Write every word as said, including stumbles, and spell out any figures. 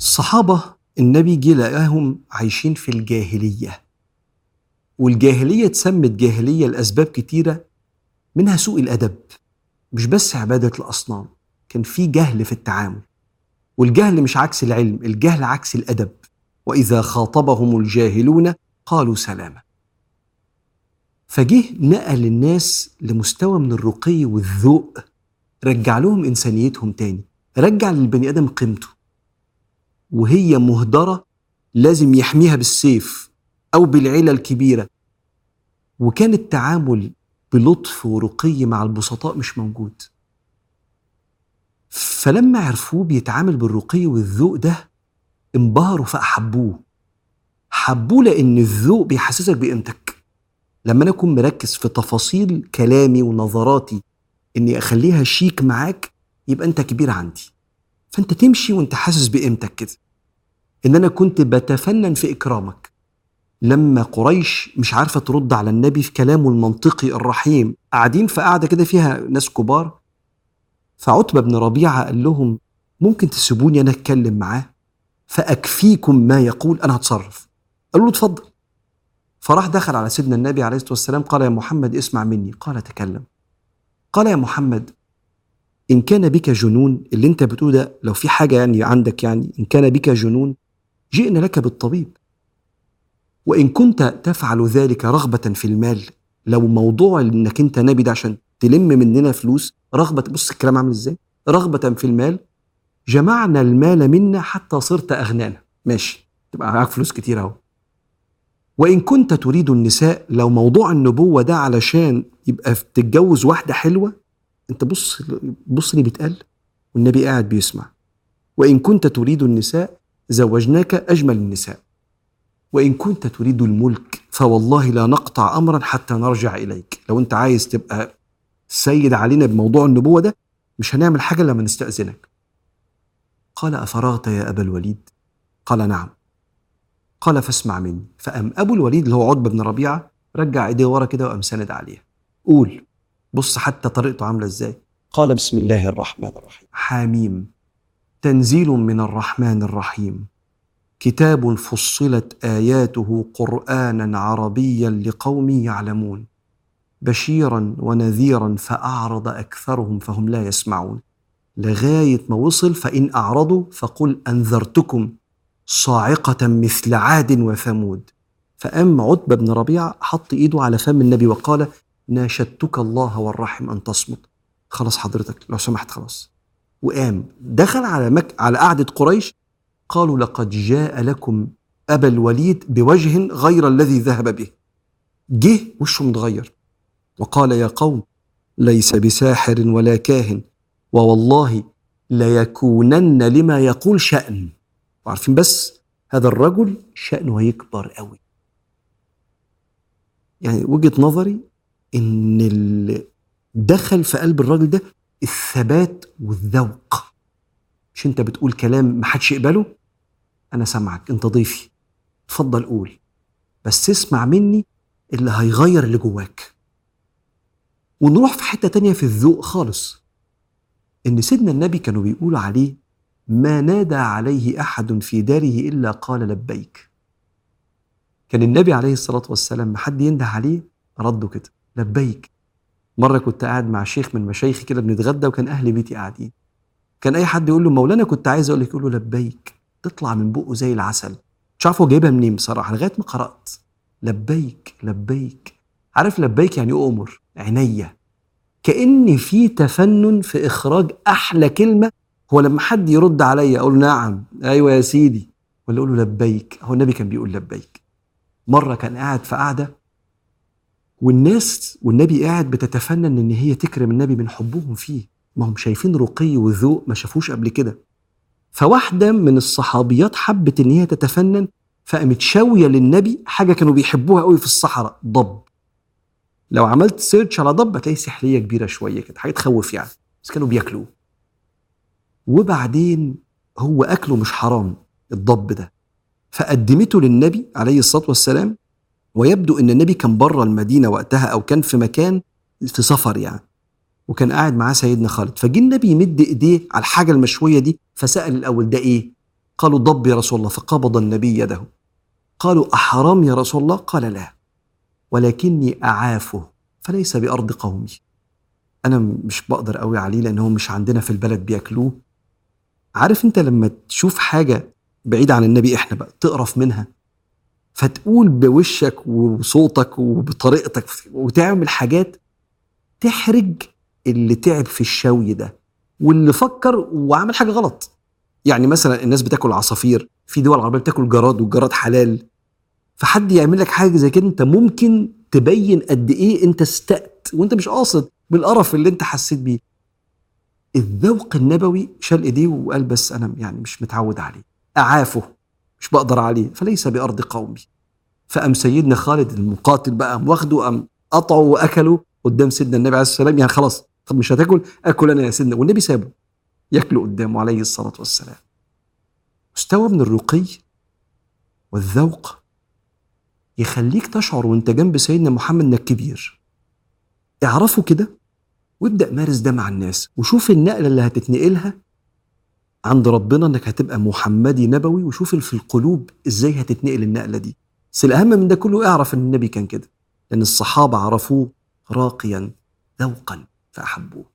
الصحابة النبي جه لقاهم عايشين في الجاهلية، والجاهلية اتسمت جاهلية لأسباب كتيرة، منها سوء الأدب، مش بس عبادة الأصنام، كان في جهل في التعامل. والجهل مش عكس العلم، الجهل عكس الأدب. وإذا خاطبهم الجاهلون قالوا سلاما. فجه نقل الناس لمستوى من الرقي والذوق، رجع لهم إنسانيتهم تاني، رجع للبني آدم قيمته، وهي مهدرة لازم يحميها بالسيف أو بالعيلة الكبيرة. وكان التعامل بلطف ورقي مع البسطاء مش موجود. فلما عرفوه بيتعامل بالرقي والذوق ده انبهروا فأحبوه. حبوه لأن الذوق بيحسسك بقيمتك. لما أنا أكون مركز في تفاصيل كلامي ونظراتي إني أخليها شيك معاك، يبقى أنت كبير عندي، فأنت تمشي وأنت حاسس بقيمتك كده. إن أنا كنت بتفنن في إكرامك. لما قريش مش عارفة ترد على النبي في كلامه المنطقي الرحيم، قاعدين في قاعدة كده فيها ناس كبار، فعتبة بن ربيعة قال لهم ممكن تسيبوني أنا أتكلم معاه فأكفيكم ما يقول، أنا هتصرف. قالوا له اتفضل. فراح دخل على سيدنا النبي عليه الصلاة والسلام، قال يا محمد اسمع مني. قال تكلم. قال يا محمد إن كان بك جنون، اللي انت بتقوله ده لو في حاجة يعني عندك، يعني إن كان بك جنون جئنا لك بالطبيب، وإن كنت تفعل ذلك رغبة في المال، لو موضوع إنك أنت نبي ده عشان تلم مننا فلوس، رغبة، بص الكلام عامل إزاي، رغبة في المال، جمعنا المال منا حتى صرت أغنانا، ماشي تبقى معاك فلوس كتير أهو. وإن كنت تريد النساء، لو موضوع النبوة ده علشان يبقى تتجوز واحدة حلوة، أنت بص بص اللي بيتقال والنبي قاعد بيسمع. وإن كنت تريد النساء زوجناك أجمل النساء. وإن كنت تريد الملك فوالله لا نقطع أمرا حتى نرجع إليك. لو أنت عايز تبقى سيد علينا بموضوع النبوة ده، مش هنعمل حاجة لما نستأذنك. قال أفرغت يا أبا الوليد؟ قال نعم. قال فاسمع مني. فأم أبو الوليد اللي هو عتبة بن ربيعة رجع إيديه ورا كده وأم سند عليها. قول. بص حتى طريقته عاملة إزاي. قال بسم الله الرحمن الرحيم. حاميم تنزيل من الرحمن الرحيم، كتاب فصلت آياته قرآنا عربيا لقوم يعلمون، بشيرا ونذيرا فأعرض أكثرهم فهم لا يسمعون. لغاية ما وصل فإن أعرضوا فقل أنذرتكم صاعقة مثل عاد وثمود. فأم عتبة بن ربيعة حط إيده على فم النبي وقال ناشدتك الله والرحم أن تصمت. خلاص حضرتك لو سمحت خلاص. وقام دخل على مك على قعدة قريش. قالوا لقد جاء لكم أبا الوليد بوجه غير الذي ذهب به. جه وشه متغير وقال يا قوم ليس بساحر ولا كاهن، ووالله ليكونن لما يقول شأن. وعارفين بس هذا الرجل شأنه هيكبر قوي. يعني وجهة نظري إن اللي دخل في قلب الراجل ده الثبات والذوق. مش انت بتقول كلام محدش يقبله، أنا سامعك، أنت ضيفي، اتفضل قول، بس اسمع مني اللي هيغير اللي جواك. ونروح في حتة تانية في الذوق خالص. إن سيدنا النبي كانوا بيقولوا عليه ما نادى عليه أحد في داره إلا قال لبيك. كان النبي عليه الصلاة والسلام ما حد ينده عليه رده كده لبيك. مرة كنت قاعد مع شيخ من مشايخي كده بنتغدى، وكان أهل بيتي قاعدين، كان أي حد يقول له مولانا كنت عايز أقول لك، يقول له لبيك، تطلع من بقه زي العسل. مش عارف هو جايبها منين بصراحة لغاية ما قرأت لبيك لبيك. عارف لبيك يعني أؤمر عينيا. كأن في تفنن في إخراج أحلى كلمة. هو لما حد يرد عليا أقول نعم أيوة يا سيدي، ولا أقول له لبيك. هو النبي كان بيقول لبيك. مرة كان قاعد في قاعدة والناس والنبي قاعد بتتفنن إن هي تكرم النبي من حبهم فيه، ما هم شايفين رقي وذوق ما شافوش قبل كده. فواحدة من الصحابيات حبت إن هي تتفنن، فقامت شاوية للنبي حاجة كانوا بيحبوها قوي في الصحراء، ضب. لو عملت سيرش على ضب هتلاقي سحلية كبيرة شوية كده، حاجة تخوف يعني، بس كانوا بياكلوه. وبعدين هو أكله مش حرام الضب ده، فقدمته للنبي عليه الصلاة والسلام. ويبدو إن النبي كان بره المدينة وقتها، أو كان في مكان في سفر يعني، وكان قاعد معاه سيدنا خالد. فجي النبي يمد إيديه على الحاجة المشوية دي، فسأل الأول ده إيه؟ قالوا ضب يا رسول الله، فقبض النبي يده. قالوا أحرام يا رسول الله؟ قال لا، ولكني أعافه فليس بأرض قومي. أنا مش بقدر قوي عليه لأنه مش عندنا في البلد بياكلوه. عارف أنت لما تشوف حاجة بعيدة عن النبي، إحنا بقى تقرف منها، فتقول بوشك وصوتك وبطريقتك وتعمل حاجات تحرج اللي تعب في الشوي ده واللي فكر وعمل حاجة غلط. يعني مثلا الناس بتاكل عصافير، في دول عربية بتاكل جراد والجراد حلال، فحد يعمل لك حاجة زي كده انت ممكن تبين قد ايه انت استأت وانت مش قاصد بالقرف اللي انت حسيت بيه. الذوق النبوي شال ايديه وقال بس انا يعني مش متعود عليه، اعافه، مش بقدر عليه، فليس بأرض قومي. فقام سيدنا خالد المقاتل بقى قام واخده، قام قطعه واكله قدام سيدنا النبي عليه السلام. يعني خلاص، طب مش هتاكل، اكل انا يا سيدنا. والنبي سابه ياكله قدامه عليه الصلاة والسلام. مستوى من الرقي والذوق يخليك تشعر وانت جنب سيدنا محمد انك كبير. اعرفه كده وابدأ مارس ده مع الناس، وشوف النقلة اللي هتتنقلها عند ربنا انك هتبقى محمدي نبوي، وشوف في القلوب ازاي هتتنقل النقلة دي. بس الأهم من ده كله اعرف ان النبي كان كده، لأن الصحابة عرفوه راقيا ذوقا فأحبوه.